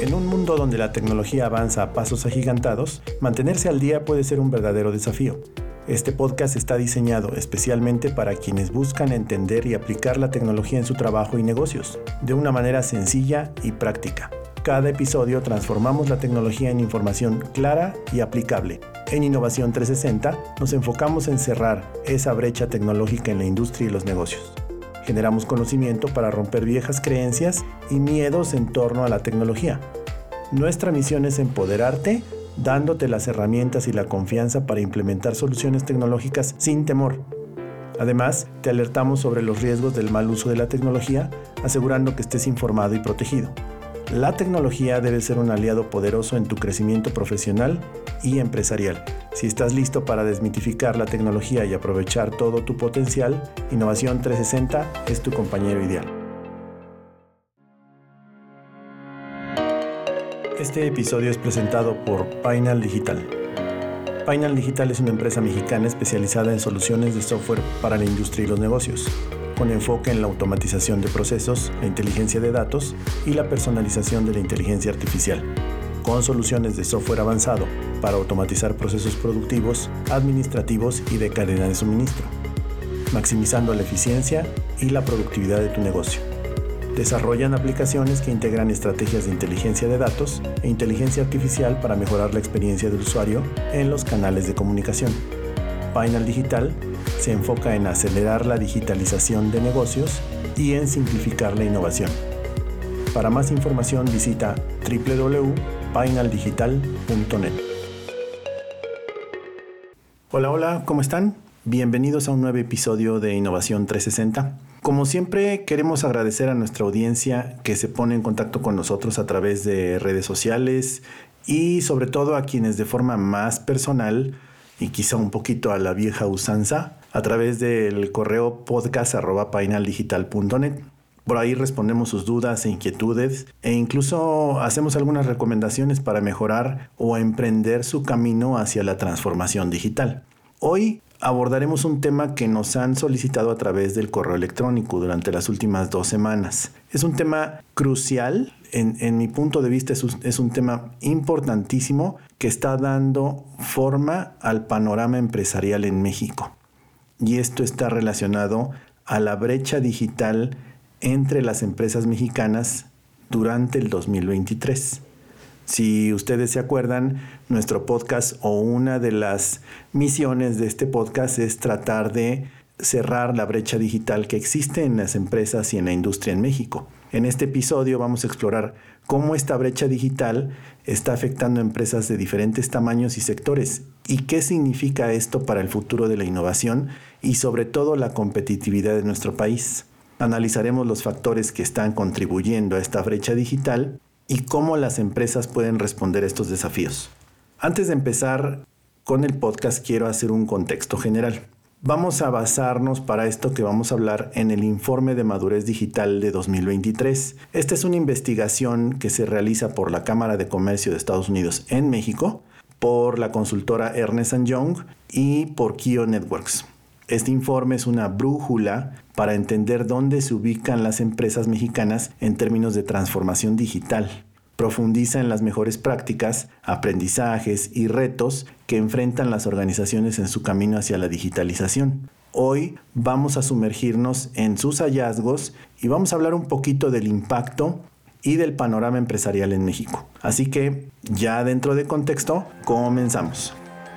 En un mundo donde la tecnología avanza a pasos agigantados, mantenerse al día puede ser un verdadero desafío. Este podcast está diseñado especialmente para quienes buscan entender y aplicar la tecnología en su trabajo y negocios, de una manera sencilla y práctica. Cada episodio transformamos la tecnología en información clara y aplicable. En Innovación 360 nos enfocamos en cerrar esa brecha tecnológica en la industria y los negocios. Generamos conocimiento para romper viejas creencias y miedos en torno a la tecnología. Nuestra misión es empoderarte, dándote las herramientas y la confianza para implementar soluciones tecnológicas sin temor. Además, te alertamos sobre los riesgos del mal uso de la tecnología, asegurando que estés informado y protegido. La tecnología debe ser un aliado poderoso en tu crecimiento profesional y empresarial. Si estás listo para desmitificar la tecnología y aprovechar todo tu potencial, Innovación 360 es tu compañero ideal. Este episodio es presentado por Painal Digital. Painal Digital es una empresa mexicana especializada en soluciones de software para la industria y los negocios, con enfoque en la automatización de procesos, la inteligencia de datos y la personalización de la inteligencia artificial, con soluciones de software avanzado para automatizar procesos productivos, administrativos y de cadena de suministro, maximizando la eficiencia y la productividad de tu negocio. Desarrollan aplicaciones que integran estrategias de inteligencia de datos e inteligencia artificial para mejorar la experiencia del usuario en los canales de comunicación. Painal Digital se enfoca en acelerar la digitalización de negocios y en simplificar la innovación. Para más información visita www.painaldigital.net. Hola, ¿cómo están? Bienvenidos a un nuevo episodio de Innovación 360. Como siempre, queremos agradecer a nuestra audiencia que se pone en contacto con nosotros a través de redes sociales y sobre todo a quienes de forma más personal y quizá un poquito a la vieja usanza, a través del correo podcast@painaldigital.net. Por ahí respondemos sus dudas e inquietudes e incluso hacemos algunas recomendaciones para mejorar o emprender su camino hacia la transformación digital. Hoy abordaremos un tema que nos han solicitado a través del correo electrónico durante las últimas 2 semanas. Es un tema crucial, en mi punto de vista es un tema importantísimo que está dando forma al panorama empresarial en México. Y esto está relacionado a la brecha digital entre las empresas mexicanas durante el 2023. Si ustedes se acuerdan, nuestro podcast o una de las misiones de este podcast es tratar de cerrar la brecha digital que existe en las empresas y en la industria en México. En este episodio vamos a explorar cómo esta brecha digital está afectando a empresas de diferentes tamaños y sectores y qué significa esto para el futuro de la innovación y sobre todo la competitividad de nuestro país. Analizaremos los factores que están contribuyendo a esta brecha digital y cómo las empresas pueden responder a estos desafíos. Antes de empezar con el podcast, quiero hacer un contexto general. Vamos a basarnos para esto que vamos a hablar en el Informe de Madurez Digital de 2023. Esta es una investigación que se realiza por la Cámara de Comercio de Estados Unidos en México, por la consultora Ernst & Young y por Kio Networks. Este informe es una brújula para entender dónde se ubican las empresas mexicanas en términos de transformación digital. Profundiza en las mejores prácticas, aprendizajes y retos que enfrentan las organizaciones en su camino hacia la digitalización. Hoy vamos a sumergirnos en sus hallazgos y vamos a hablar un poquito del impacto y del panorama empresarial en México. Así que, ya dentro de contexto, comenzamos.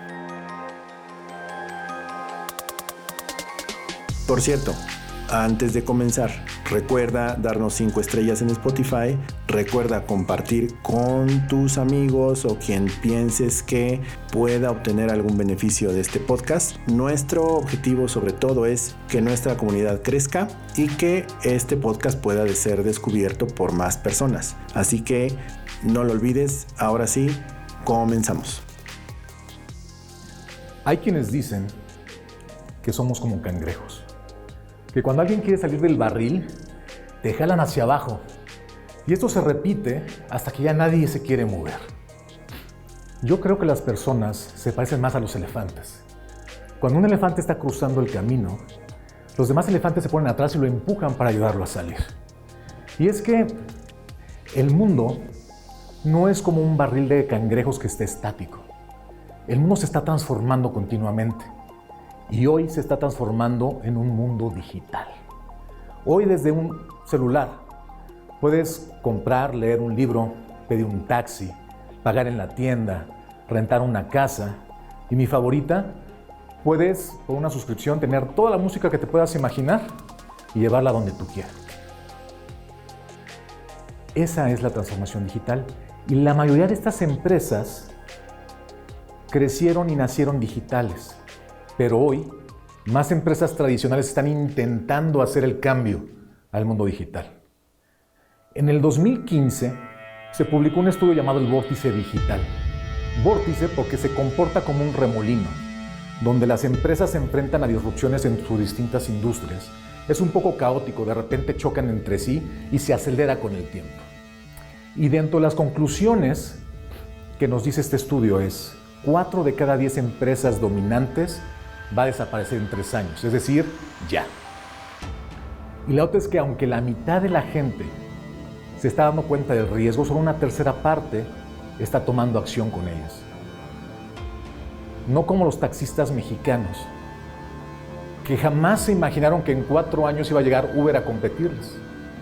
Por cierto, antes de comenzar, recuerda darnos 5 estrellas en Spotify, recuerda compartir con tus amigos o quien pienses que pueda obtener algún beneficio de este podcast. Nuestro objetivo sobre todo es que nuestra comunidad crezca y que este podcast pueda ser descubierto por más personas. Así que no lo olvides, ahora sí, comenzamos. Hay quienes dicen que somos como cangrejos. Que cuando alguien quiere salir del barril, te jalan hacia abajo. Y esto se repite hasta que ya nadie se quiere mover. Yo creo que las personas se parecen más a los elefantes. Cuando un elefante está cruzando el camino, los demás elefantes se ponen atrás y lo empujan para ayudarlo a salir. Y es que el mundo no es como un barril de cangrejos que esté estático. El mundo se está transformando continuamente y hoy se está transformando en un mundo digital. Hoy desde un celular puedes comprar, leer un libro, pedir un taxi, pagar en la tienda, rentar una casa y mi favorita, puedes por una suscripción tener toda la música que te puedas imaginar y llevarla donde tú quieras. Esa es la transformación digital y la mayoría de estas empresas crecieron y nacieron digitales, pero hoy más empresas tradicionales están intentando hacer el cambio al mundo digital. En el 2015 se publicó un estudio llamado el Vórtice Digital. Vórtice porque se comporta como un remolino, donde las empresas se enfrentan a disrupciones en sus distintas industrias. Es un poco caótico, de repente chocan entre sí y se acelera con el tiempo. Y dentro de las conclusiones que nos dice este estudio es 4 de cada 10 empresas dominantes va a desaparecer en 3 años, es decir, ya. Y la otra es que aunque la mitad de la gente se está dando cuenta del riesgo, solo una tercera parte está tomando acción con ellas. No como los taxistas mexicanos, que jamás se imaginaron que en 4 años iba a llegar Uber a competirles.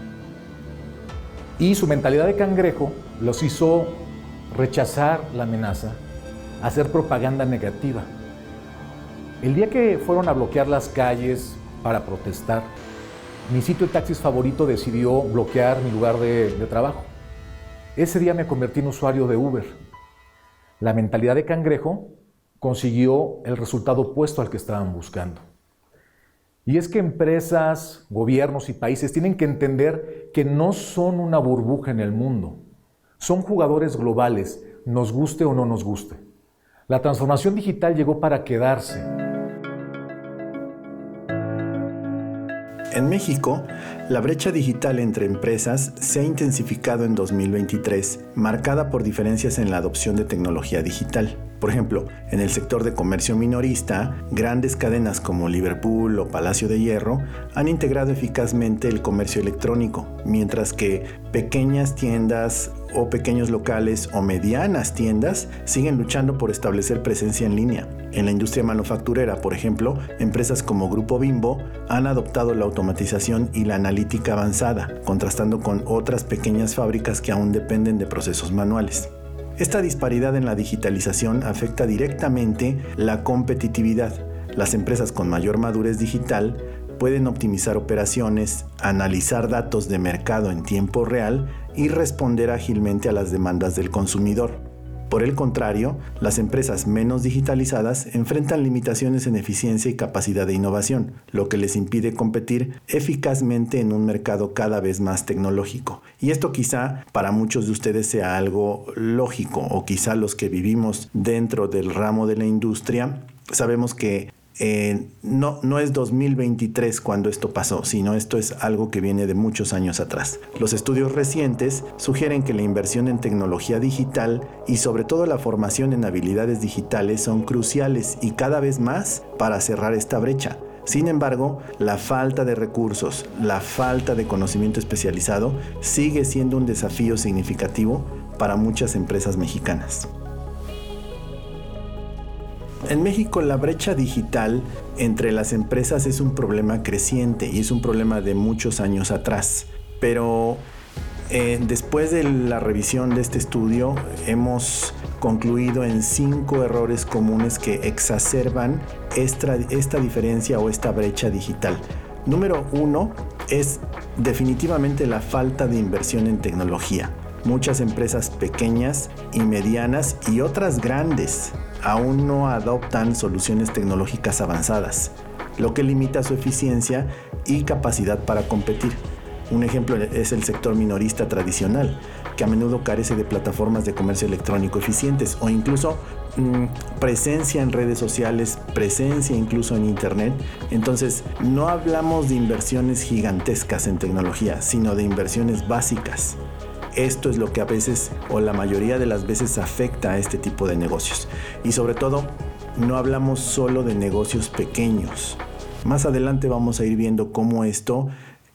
Y su mentalidad de cangrejo los hizo rechazar la amenaza, hacer propaganda negativa. El día que fueron a bloquear las calles para protestar, mi sitio de taxis favorito decidió bloquear mi lugar de trabajo. Ese día me convertí en usuario de Uber. La mentalidad de cangrejo consiguió el resultado opuesto al que estaban buscando. Y es que empresas, gobiernos y países tienen que entender que no son una burbuja en el mundo. Son jugadores globales, nos guste o no nos guste. La transformación digital llegó para quedarse. En México, la brecha digital entre empresas se ha intensificado en 2023, marcada por diferencias en la adopción de tecnología digital. Por ejemplo, en el sector de comercio minorista, grandes cadenas como Liverpool o Palacio de Hierro han integrado eficazmente el comercio electrónico, mientras que pequeñas tiendas o pequeños locales o medianas tiendas siguen luchando por establecer presencia en línea. En la industria manufacturera, por ejemplo, empresas como Grupo Bimbo han adoptado la automatización y la analítica avanzada, contrastando con otras pequeñas fábricas que aún dependen de procesos manuales. Esta disparidad en la digitalización afecta directamente la competitividad. Las empresas con mayor madurez digital pueden optimizar operaciones, analizar datos de mercado en tiempo real y responder ágilmente a las demandas del consumidor. Por el contrario, las empresas menos digitalizadas enfrentan limitaciones en eficiencia y capacidad de innovación, lo que les impide competir eficazmente en un mercado cada vez más tecnológico. Y esto quizá para muchos de ustedes sea algo lógico, o quizá los que vivimos dentro del ramo de la industria sabemos que no es 2023 cuando esto pasó, sino esto es algo que viene de muchos años atrás. Los estudios recientes sugieren que la inversión en tecnología digital y sobre todo la formación en habilidades digitales son cruciales y cada vez más para cerrar esta brecha. Sin embargo, la falta de recursos, la falta de conocimiento especializado sigue siendo un desafío significativo para muchas empresas mexicanas. En México, la brecha digital entre las empresas es un problema creciente y es un problema de muchos años atrás. Pero después de la revisión de este estudio, hemos concluido en 5 errores comunes que exacerban esta diferencia o esta brecha digital. Número 1 es definitivamente la falta de inversión en tecnología. Muchas empresas pequeñas y medianas y otras grandes aún no adoptan soluciones tecnológicas avanzadas, lo que limita su eficiencia y capacidad para competir. Un ejemplo es el sector minorista tradicional, que a menudo carece de plataformas de comercio electrónico eficientes o incluso presencia en redes sociales, presencia incluso en internet. Entonces, no hablamos de inversiones gigantescas en tecnología, sino de inversiones básicas. Esto es lo que a veces o la mayoría de las veces afecta a este tipo de negocios. Y sobre todo, no hablamos solo de negocios pequeños. Más adelante vamos a ir viendo cómo esto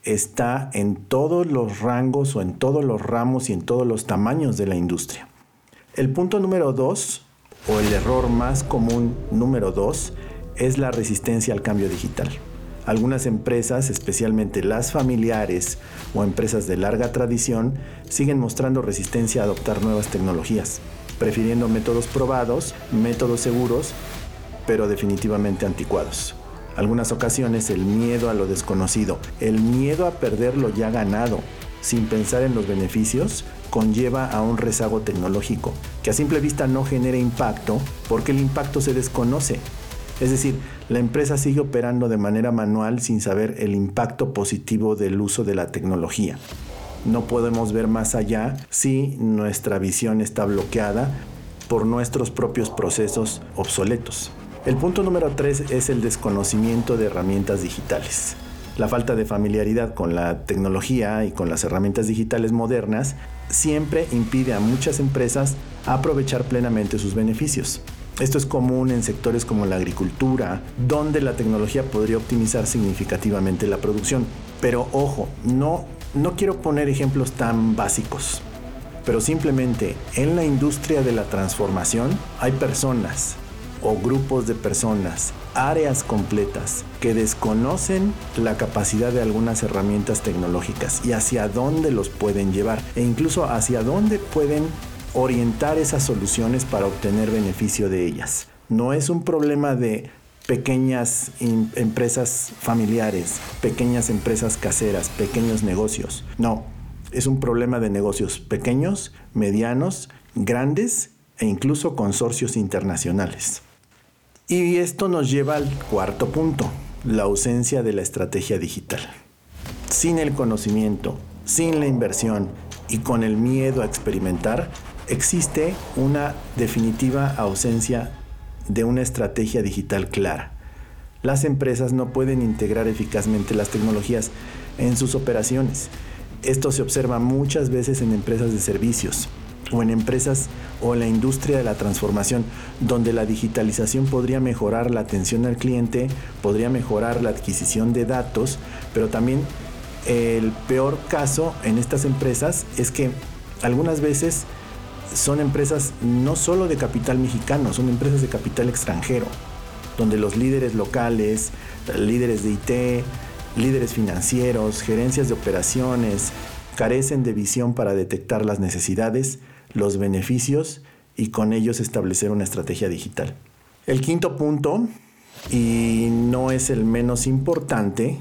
está en todos los rangos o en todos los ramos y en todos los tamaños de la industria. El punto número 2, o el error más común número 2, es la resistencia al cambio digital. Algunas empresas, especialmente las familiares o empresas de larga tradición, siguen mostrando resistencia a adoptar nuevas tecnologías, prefiriendo métodos probados, métodos seguros, pero definitivamente anticuados. Algunas ocasiones el miedo a lo desconocido, el miedo a perder lo ya ganado, sin pensar en los beneficios, conlleva a un rezago tecnológico, que a simple vista no genera impacto porque el impacto se desconoce. Es decir, la empresa sigue operando de manera manual sin saber el impacto positivo del uso de la tecnología. No podemos ver más allá si nuestra visión está bloqueada por nuestros propios procesos obsoletos. El punto número 3 es el desconocimiento de herramientas digitales. La falta de familiaridad con la tecnología y con las herramientas digitales modernas siempre impide a muchas empresas aprovechar plenamente sus beneficios. Esto es común en sectores como la agricultura, donde la tecnología podría optimizar significativamente la producción. Pero ojo, no quiero poner ejemplos tan básicos, pero simplemente en la industria de la transformación hay personas o grupos de personas, áreas completas que desconocen la capacidad de algunas herramientas tecnológicas y hacia dónde los pueden llevar e incluso hacia dónde pueden orientar esas soluciones para obtener beneficio de ellas. No es un problema de pequeñas empresas familiares, pequeñas empresas caseras, pequeños negocios. No, es un problema de negocios pequeños, medianos, grandes e incluso consorcios internacionales. Y esto nos lleva al cuarto punto, la ausencia de la estrategia digital. Sin el conocimiento, sin la inversión y con el miedo a experimentar, existe una definitiva ausencia de una estrategia digital clara. Las empresas no pueden integrar eficazmente las tecnologías en sus operaciones. Esto se observa muchas veces en empresas de servicios o en empresas o en la industria de la transformación, donde la digitalización podría mejorar la atención al cliente, podría mejorar la adquisición de datos, pero también el peor caso en estas empresas es que algunas veces son empresas no solo de capital mexicano, son empresas de capital extranjero, donde los líderes locales, líderes de IT, líderes financieros, gerencias de operaciones, carecen de visión para detectar las necesidades, los beneficios y con ellos establecer una estrategia digital. El quinto punto, y no es el menos importante,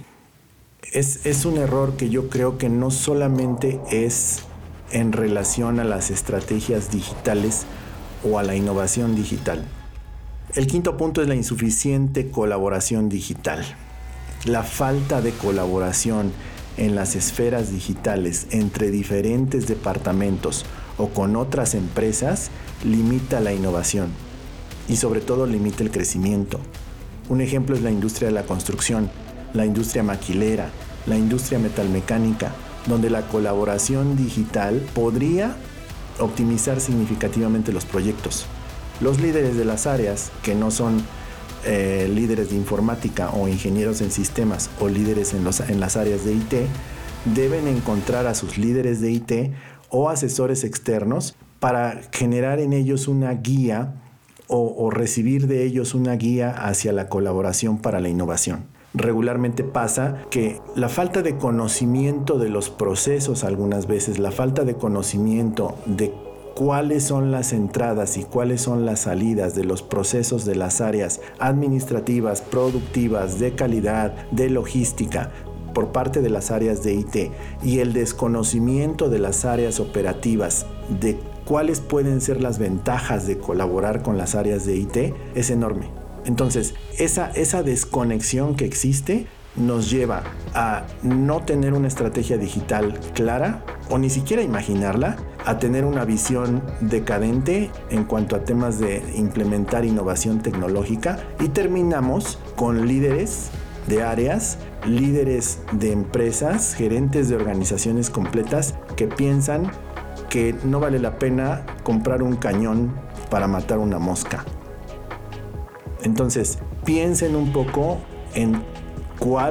es un error que yo creo que no solamente es en relación a las estrategias digitales o a la innovación digital. El quinto punto es la insuficiente colaboración digital. La falta de colaboración en las esferas digitales entre diferentes departamentos o con otras empresas limita la innovación y sobre todo limita el crecimiento. Un ejemplo es la industria de la construcción, la industria maquilera, la industria metalmecánica, donde la colaboración digital podría optimizar significativamente los proyectos. Los líderes de las áreas, que no son líderes de informática o ingenieros en sistemas o líderes en las áreas de IT, deben encontrar a sus líderes de IT o asesores externos para generar en ellos una guía o recibir de ellos una guía hacia la colaboración para la innovación. Regularmente pasa que la falta de conocimiento de los procesos algunas veces, la falta de conocimiento de cuáles son las entradas y cuáles son las salidas de los procesos de las áreas administrativas, productivas, de calidad, de logística, por parte de las áreas de IT y el desconocimiento de las áreas operativas de cuáles pueden ser las ventajas de colaborar con las áreas de IT es enorme. Entonces, esa desconexión que existe nos lleva a no tener una estrategia digital clara o ni siquiera imaginarla, a tener una visión decadente en cuanto a temas de implementar innovación tecnológica y terminamos con líderes de áreas, líderes de empresas, gerentes de organizaciones completas que piensan que no vale la pena comprar un cañón para matar una mosca. Entonces, piensen un poco en cuál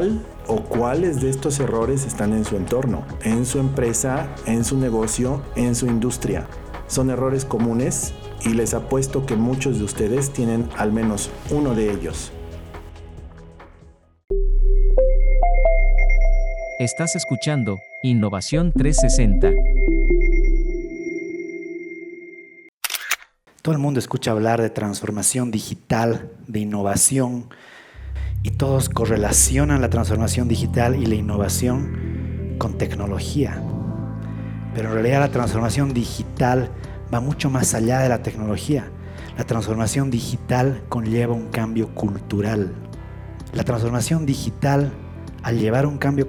¿O cuáles de estos errores están en su entorno, en su empresa, en su negocio, en su industria? Son errores comunes y les apuesto que muchos de ustedes tienen al menos uno de ellos. Estás escuchando Innovación 360. Todo el mundo escucha hablar de transformación digital, de innovación, y todos correlacionan la transformación digital y la innovación con tecnología. Pero en realidad la transformación digital va mucho más allá de la tecnología. La transformación digital conlleva un cambio cultural. La transformación digital, al conllevar un cambio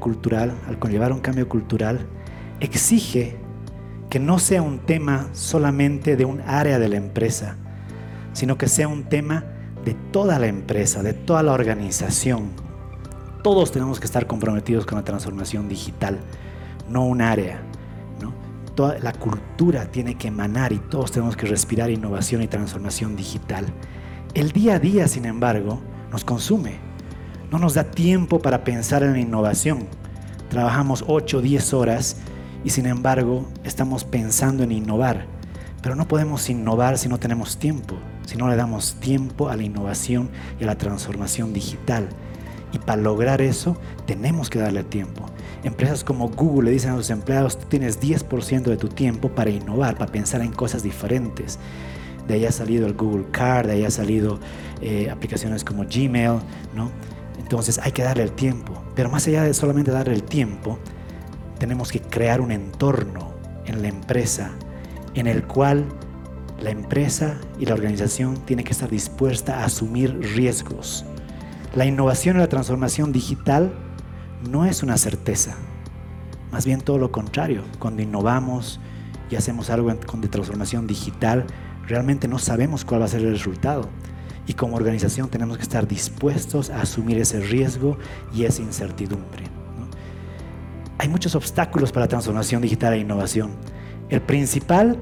cultural, exige que no sea un tema solamente de un área de la empresa, sino que sea un tema de toda la empresa, de toda la organización. Todos tenemos que estar comprometidos con la transformación digital, no un área, ¿no? Toda la cultura tiene que emanar y todos tenemos que respirar innovación y transformación digital. El día a día, sin embargo, nos consume. No nos da tiempo para pensar en la innovación. Trabajamos 8 o 10 horas y sin embargo estamos pensando en innovar. Pero no podemos innovar si no tenemos tiempo, si no le damos tiempo a la innovación y a la transformación digital. Y para lograr eso, tenemos que darle tiempo. Empresas como Google le dicen a sus empleados: tú tienes 10% de tu tiempo para innovar, para pensar en cosas diferentes. De ahí ha salido el Google Card, de ahí ha salido aplicaciones como Gmail, ¿no? Entonces hay que darle el tiempo. Pero más allá de solamente darle el tiempo, tenemos que crear un entorno en la empresa en el cual la empresa y la organización tiene que estar dispuesta a asumir riesgos. La innovación y la transformación digital no es una certeza, más bien todo lo contrario. Cuando innovamos y hacemos algo de transformación digital, realmente no sabemos cuál va a ser el resultado. Y como organización tenemos que estar dispuestos a asumir ese riesgo y esa incertidumbre, ¿no? Hay muchos obstáculos para la transformación digital e innovación. El principal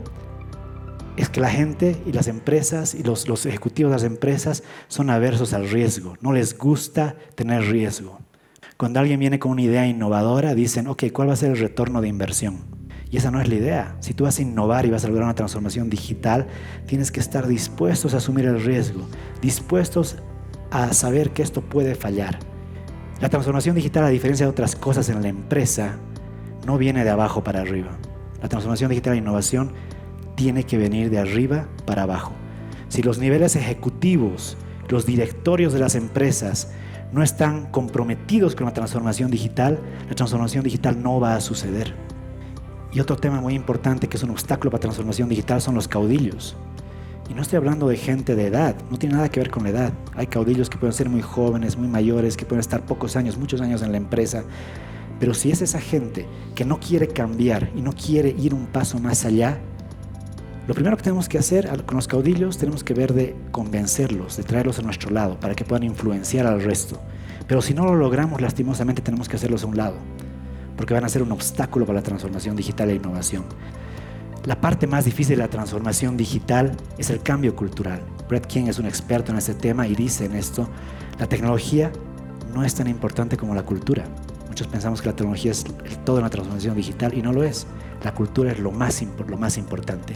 es que la gente y las empresas y los ejecutivos de las empresas son aversos al riesgo, no les gusta tener riesgo. Cuando alguien viene con una idea innovadora, dicen: ok, ¿cuál va a ser el retorno de inversión? Y esa no es la idea. Si tú vas a innovar y vas a lograr una transformación digital, tienes que estar dispuestos a asumir el riesgo, dispuestos a saber que esto puede fallar. La transformación digital, a diferencia de otras cosas en la empresa, no viene de abajo para arriba. La transformación digital e innovación tiene que venir de arriba para abajo. Si los niveles ejecutivos, los directorios de las empresas no están comprometidos con la transformación digital no va a suceder. Y otro tema muy importante que es un obstáculo para la transformación digital son los caudillos. Y no estoy hablando de gente de edad, no tiene nada que ver con la edad. Hay caudillos que pueden ser muy jóvenes, muy mayores, que pueden estar pocos años, muchos años en la empresa. Pero si es esa gente que no quiere cambiar y no quiere ir un paso más allá, lo primero que tenemos que hacer con los caudillos, tenemos que ver de convencerlos, de traerlos a nuestro lado para que puedan influenciar al resto. Pero si no lo logramos, lastimosamente tenemos que hacerlos a un lado, porque van a ser un obstáculo para la transformación digital e innovación. La parte más difícil de la transformación digital es el cambio cultural. Brett King es un experto en este tema y dice en esto: la tecnología no es tan importante como la cultura. Muchos pensamos que la tecnología es el todo en la transformación digital y no lo es. La cultura es lo más importante.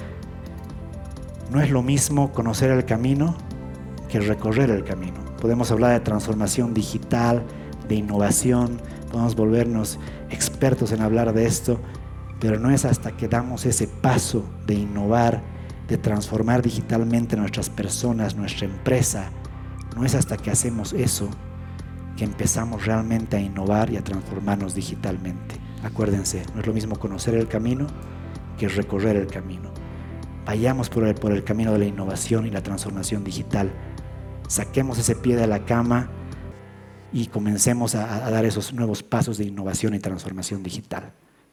No es lo mismo conocer el camino que recorrer el camino. Podemos hablar de transformación digital, de innovación, podemos volvernos expertos en hablar de esto, pero no es hasta que damos ese paso de innovar, de transformar digitalmente nuestras personas, nuestra empresa, no es hasta que hacemos eso que empezamos realmente a innovar y a transformarnos digitalmente. Acuérdense, no es lo mismo conocer el camino que recorrer el camino. Vayamos por el camino de la innovación y la transformación digital. Saquemos ese pie de la cama y comencemos a dar esos nuevos pasos de innovación y transformación digital.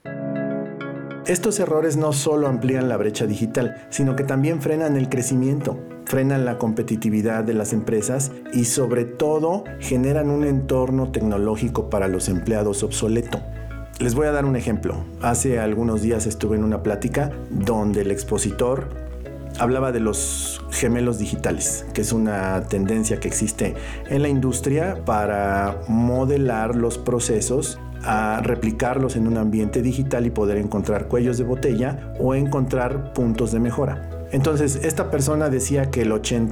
Estos errores no solo amplían la brecha digital, sino que también frenan el crecimiento, frenan la competitividad de las empresas y sobre todo generan un entorno tecnológico para los empleados obsoleto. Les voy a dar un ejemplo. Hace algunos días estuve en una plática donde el expositor hablaba de los gemelos digitales, que es una tendencia que existe en la industria para modelar los procesos, a replicarlos en un ambiente digital y poder encontrar cuellos de botella o encontrar puntos de mejora. Entonces, esta persona decía que el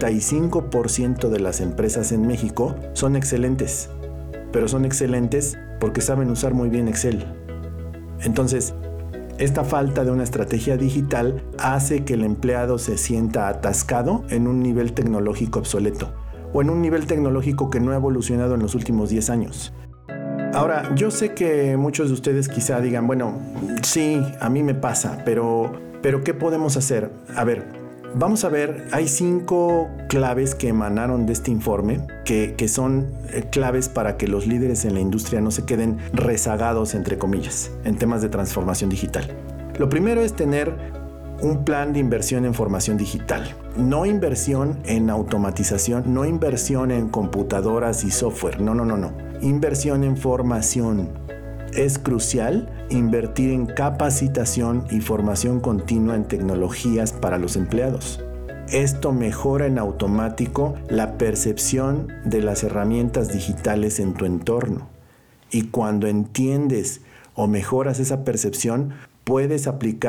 85% de las empresas en México son excelentes, pero son excelentes porque saben usar muy bien Excel. Entonces, esta falta de una estrategia digital hace que el empleado se sienta atascado en un nivel tecnológico obsoleto o en un nivel tecnológico que no ha evolucionado en los últimos 10 años. Ahora, yo sé que muchos de ustedes quizá digan, bueno, sí, a mí me pasa, pero ¿qué podemos hacer? A ver, vamos a ver, hay 5 claves que emanaron de este informe que son claves para que los líderes en la industria no se queden rezagados, entre comillas, en temas de transformación digital. Lo primero es tener un plan de inversión en formación digital. No inversión en automatización, no inversión en computadoras y software, no. Inversión en formación. Es crucial invertir en capacitación y formación continua en tecnologías para los empleados. Esto mejora en automático la percepción de las herramientas digitales en tu entorno. Y cuando entiendes o mejoras esa percepción, puedes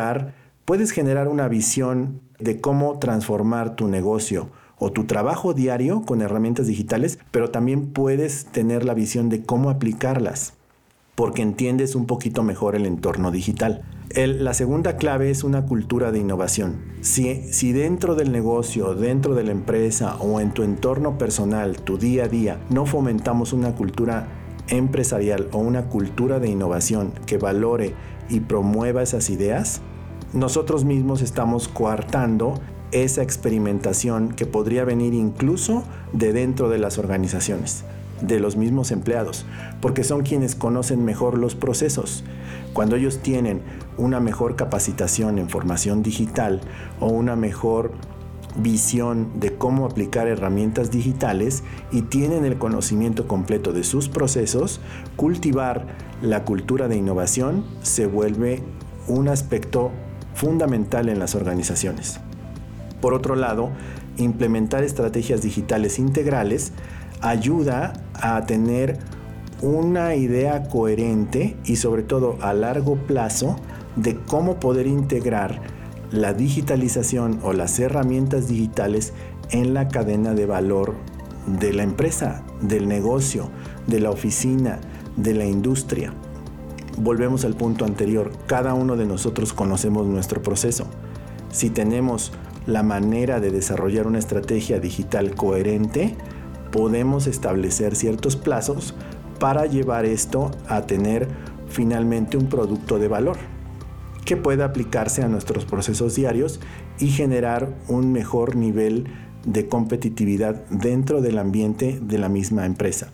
generar una visión de cómo transformar tu negocio o tu trabajo diario con herramientas digitales, pero también puedes tener la visión de cómo aplicarlas, porque entiendes un poquito mejor el entorno digital. La segunda clave es una cultura de innovación. Si dentro del negocio, dentro de la empresa o en tu entorno personal, tu día a día, no fomentamos una cultura empresarial o una cultura de innovación que valore y promueva esas ideas, nosotros mismos estamos coartando esa experimentación que podría venir incluso de dentro de las organizaciones, de los mismos empleados, porque son quienes conocen mejor los procesos. Cuando ellos tienen una mejor capacitación en formación digital o una mejor visión de cómo aplicar herramientas digitales y tienen el conocimiento completo de sus procesos, cultivar la cultura de innovación se vuelve un aspecto fundamental en las organizaciones. Por otro lado, implementar estrategias digitales integrales ayuda a tener una idea coherente y sobre todo a largo plazo de cómo poder integrar la digitalización o las herramientas digitales en la cadena de valor de la empresa, del negocio, de la oficina, de la industria. Volvemos al punto anterior, cada uno de nosotros conocemos nuestro proceso. Si tenemos la manera de desarrollar una estrategia digital coherente, podemos establecer ciertos plazos para llevar esto a tener finalmente un producto de valor que pueda aplicarse a nuestros procesos diarios y generar un mejor nivel de competitividad dentro del ambiente de la misma empresa.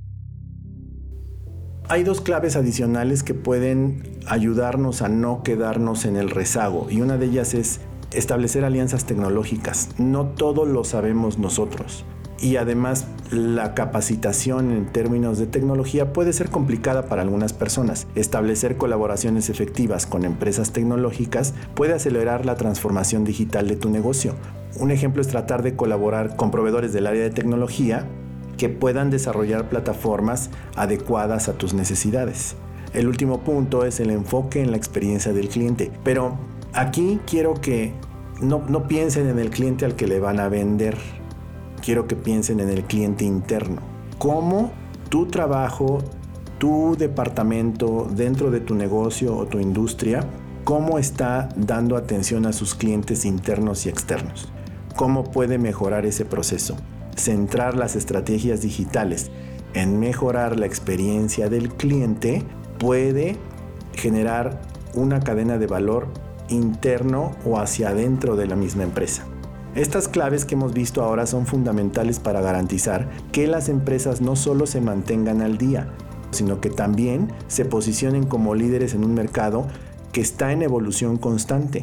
Hay 2 claves adicionales que pueden ayudarnos a no quedarnos en el rezago, y una de ellas es establecer alianzas tecnológicas. No todo lo sabemos nosotros. Y además la capacitación en términos de tecnología puede ser complicada para algunas personas. Establecer colaboraciones efectivas con empresas tecnológicas puede acelerar la transformación digital de tu negocio. Un ejemplo es tratar de colaborar con proveedores del área de tecnología que puedan desarrollar plataformas adecuadas a tus necesidades. El último punto es el enfoque en la experiencia del cliente. Pero aquí quiero que no piensen en el cliente al que le van a vender. Quiero que piensen en el cliente interno. Cómo tu trabajo, tu departamento dentro de tu negocio o tu industria, cómo está dando atención a sus clientes internos y externos. Cómo puede mejorar ese proceso. Centrar las estrategias digitales en mejorar la experiencia del cliente puede generar una cadena de valor interno o hacia adentro de la misma empresa. Estas claves que hemos visto ahora son fundamentales para garantizar que las empresas no solo se mantengan al día, sino que también se posicionen como líderes en un mercado que está en evolución constante.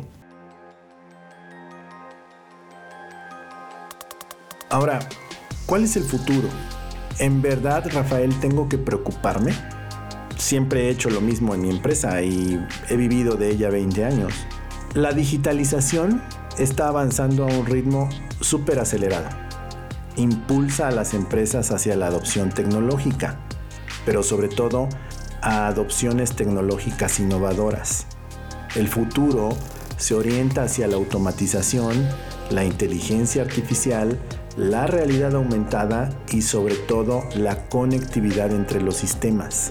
Ahora, ¿cuál es el futuro? ¿En verdad, Rafael, tengo que preocuparme? Siempre he hecho lo mismo en mi empresa y he vivido de ella 20 años. La digitalización está avanzando a un ritmo súper acelerado. Impulsa a las empresas hacia la adopción tecnológica, pero sobre todo a adopciones tecnológicas innovadoras. El futuro se orienta hacia la automatización, la inteligencia artificial, la realidad aumentada y sobre todo la conectividad entre los sistemas.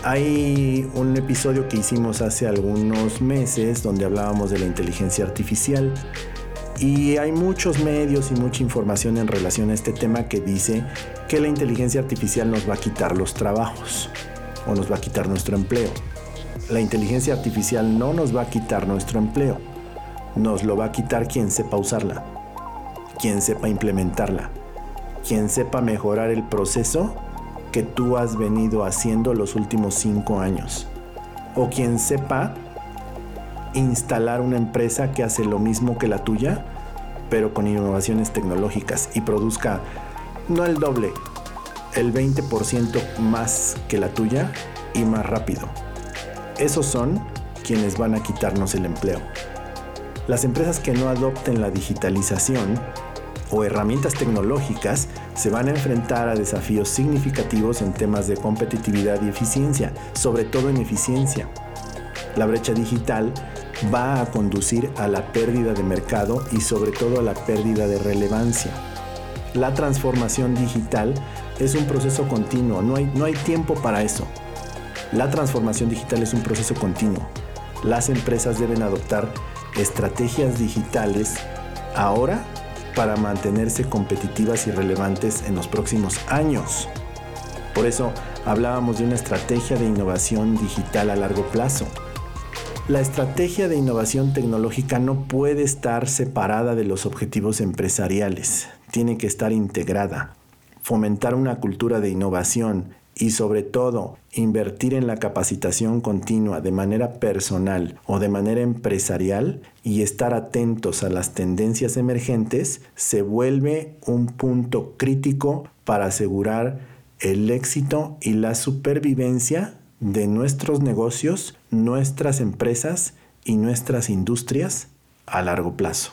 Hay un episodio que hicimos hace algunos meses donde hablábamos de la inteligencia artificial y hay muchos medios y mucha información en relación a este tema que dice que la inteligencia artificial nos va a quitar los trabajos o nos va a quitar nuestro empleo. La inteligencia artificial no nos va a quitar nuestro empleo, nos lo va a quitar quien sepa usarla, quien sepa implementarla, quien sepa mejorar el proceso que tú has venido haciendo los últimos 5 años, o quien sepa instalar una empresa que hace lo mismo que la tuya, pero con innovaciones tecnológicas y produzca no el doble, el 20% más que la tuya y más rápido. Esos son quienes van a quitarnos el empleo. Las empresas que no adopten la digitalización o herramientas tecnológicas se van a enfrentar a desafíos significativos en temas de competitividad y eficiencia, sobre todo en eficiencia. La brecha digital va a conducir a la pérdida de mercado y sobre todo a la pérdida de relevancia. La transformación digital es un proceso continuo, no hay tiempo para eso. La transformación digital es un proceso continuo. Las empresas deben adoptar estrategias digitales ahora para mantenerse competitivas y relevantes en los próximos años. Por eso hablábamos de una estrategia de innovación digital a largo plazo. La estrategia de innovación tecnológica no puede estar separada de los objetivos empresariales, tiene que estar integrada. Fomentar una cultura de innovación y sobre todo invertir en la capacitación continua de manera personal o de manera empresarial y estar atentos a las tendencias emergentes se vuelve un punto crítico para asegurar el éxito y la supervivencia de nuestros negocios, nuestras empresas y nuestras industrias a largo plazo.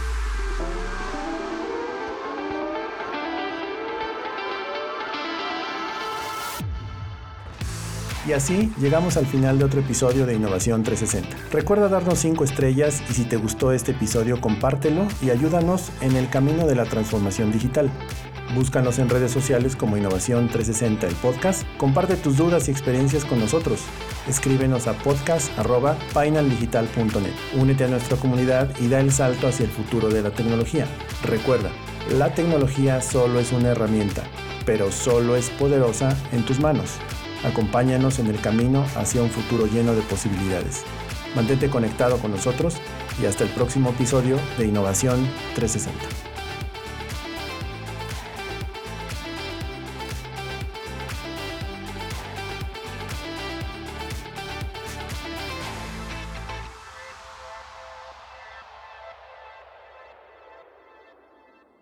Y así llegamos al final de otro episodio de Innovación 360. Recuerda darnos 5 estrellas y si te gustó este episodio compártelo y ayúdanos en el camino de la transformación digital. Búscanos en redes sociales como Innovación 360 el podcast. Comparte tus dudas y experiencias con nosotros. Escríbenos a podcast@painaldigital.net. Únete a nuestra comunidad y da el salto hacia el futuro de la tecnología. Recuerda, la tecnología solo es una herramienta, pero solo es poderosa en tus manos. Acompáñanos en el camino hacia un futuro lleno de posibilidades. Mantente conectado con nosotros y hasta el próximo episodio de Innovación 360.